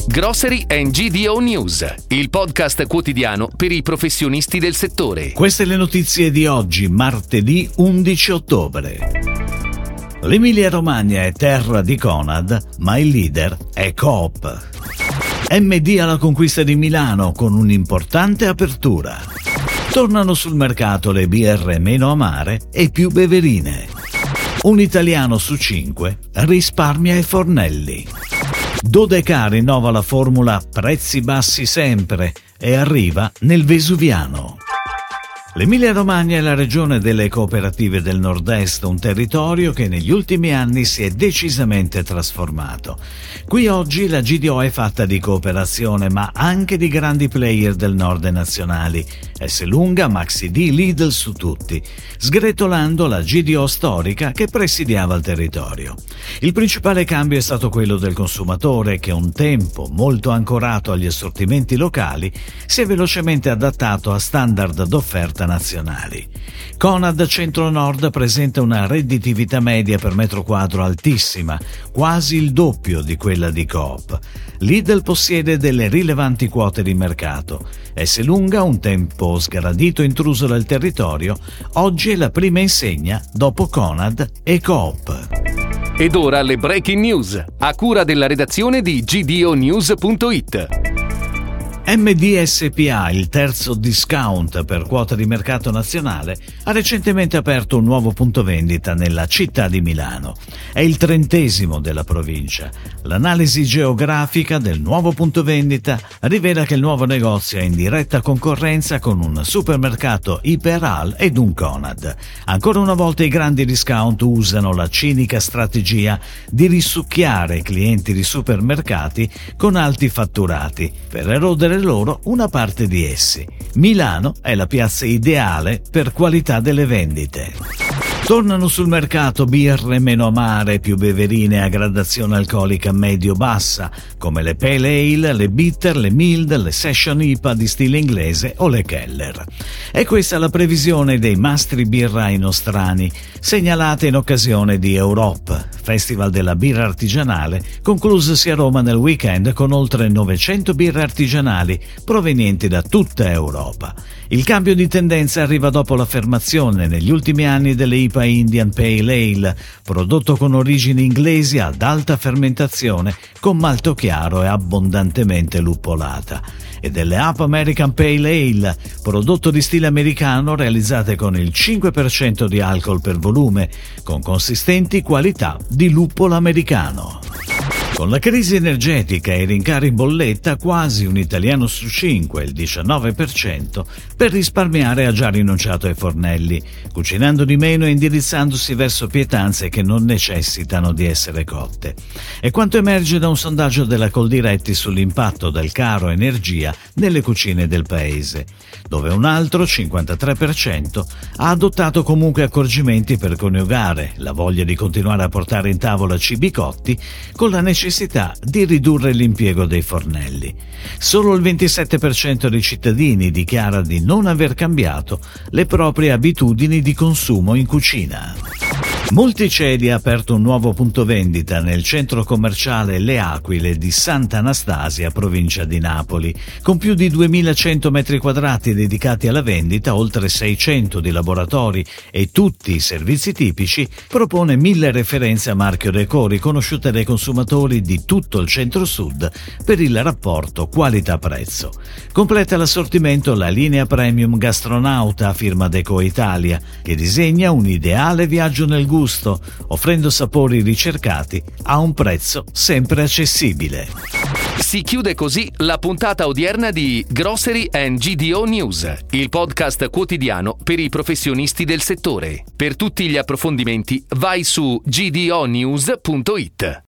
Grocery and GDO News, il podcast quotidiano per i professionisti del settore. Queste le notizie di oggi, martedì 11 ottobre. L'Emilia-Romagna è terra di Conad, ma il leader è Coop. MD alla conquista di Milano con un'importante apertura. Tornano sul mercato le birre meno amare e più beverine. Un italiano su 5 risparmia ai fornelli. Dodeca rinnova la formula prezzi bassi sempre e arriva nel Vesuviano. L'Emilia-Romagna è la regione delle cooperative del nord-est, un territorio che negli ultimi anni si è decisamente trasformato. Qui oggi la GDO è fatta di cooperazione, ma anche di grandi player del nord nazionali, Esselunga, Maxi D, Lidl su tutti, sgretolando la GDO storica che presidiava il territorio. Il principale cambio è stato quello del consumatore che un tempo, molto ancorato agli assortimenti locali, si è velocemente adattato a standard d'offerta nazionali. Conad Centro-Nord presenta una redditività media per metro quadro altissima, quasi il doppio di quella di Coop. Lidl possiede delle rilevanti quote di mercato. Esselunga, un tempo sgradito intruso del territorio, oggi è la prima insegna dopo Conad e Coop. Ed ora le breaking news, a cura della redazione di gdonews.it. MD SpA, il terzo discount per quota di mercato nazionale, ha recentemente aperto un nuovo punto vendita nella città di Milano. È il 30° della provincia. L'analisi geografica del nuovo punto vendita rivela che il nuovo negozio è in diretta concorrenza con un supermercato Iperal ed un Conad. Ancora una volta i grandi discount usano la cinica strategia di risucchiare i clienti di supermercati con alti fatturati per erodere loro una parte di essi. Milano è la piazza ideale per qualità delle vendite. Tornano sul mercato birre meno amare, più beverine a gradazione alcolica medio-bassa, come le Pale Ale, le Bitter, le Mild, le Session IPA di stile inglese o le Keller. È questa la previsione dei mastri birrai nostrani, segnalate in occasione di Europe, Festival della birra artigianale, conclusosi a Roma nel weekend con oltre 900 birre artigianali provenienti da tutta Europa. Il cambio di tendenza arriva dopo l'affermazione negli ultimi anni delle IPA Indian Pale Ale, prodotto con origini inglesi ad alta fermentazione, con malto chiaro e abbondantemente luppolata, e delle APA American Pale Ale, prodotto di stile americano realizzate con il 5% di alcol per volume, con consistenti qualità di luppolo americano. Con la crisi energetica e i rincari in bolletta, quasi un italiano su 5, il 19%, per risparmiare ha già rinunciato ai fornelli, cucinando di meno e indirizzandosi verso pietanze che non necessitano di essere cotte. È quanto emerge da un sondaggio della Coldiretti sull'impatto del caro energia nelle cucine del paese, dove un altro 53% ha adottato comunque accorgimenti per coniugare la voglia di continuare a portare in tavola cibi cotti con la necessità di ridurre l'impiego dei fornelli. Solo il 27% dei cittadini dichiara di non aver cambiato le proprie abitudini di consumo in cucina. Multicedi ha aperto un nuovo punto vendita nel centro commerciale Le Aquile di Sant'Anastasia, provincia di Napoli, con più di 2100 metri quadrati dedicati alla vendita, oltre 600 di laboratori e tutti i servizi tipici. Propone 1000 referenze a marchio Decò riconosciute dai consumatori di tutto il centro-sud per il rapporto qualità-prezzo. Completa l'assortimento la linea premium Gastronauta a firma Decò Italia, che disegna un ideale viaggio nel gusto, offrendo sapori ricercati a un prezzo sempre accessibile. Si chiude così la puntata odierna di Grocery and GDO News, il podcast quotidiano per i professionisti del settore. Per tutti gli approfondimenti vai su gdonews.it.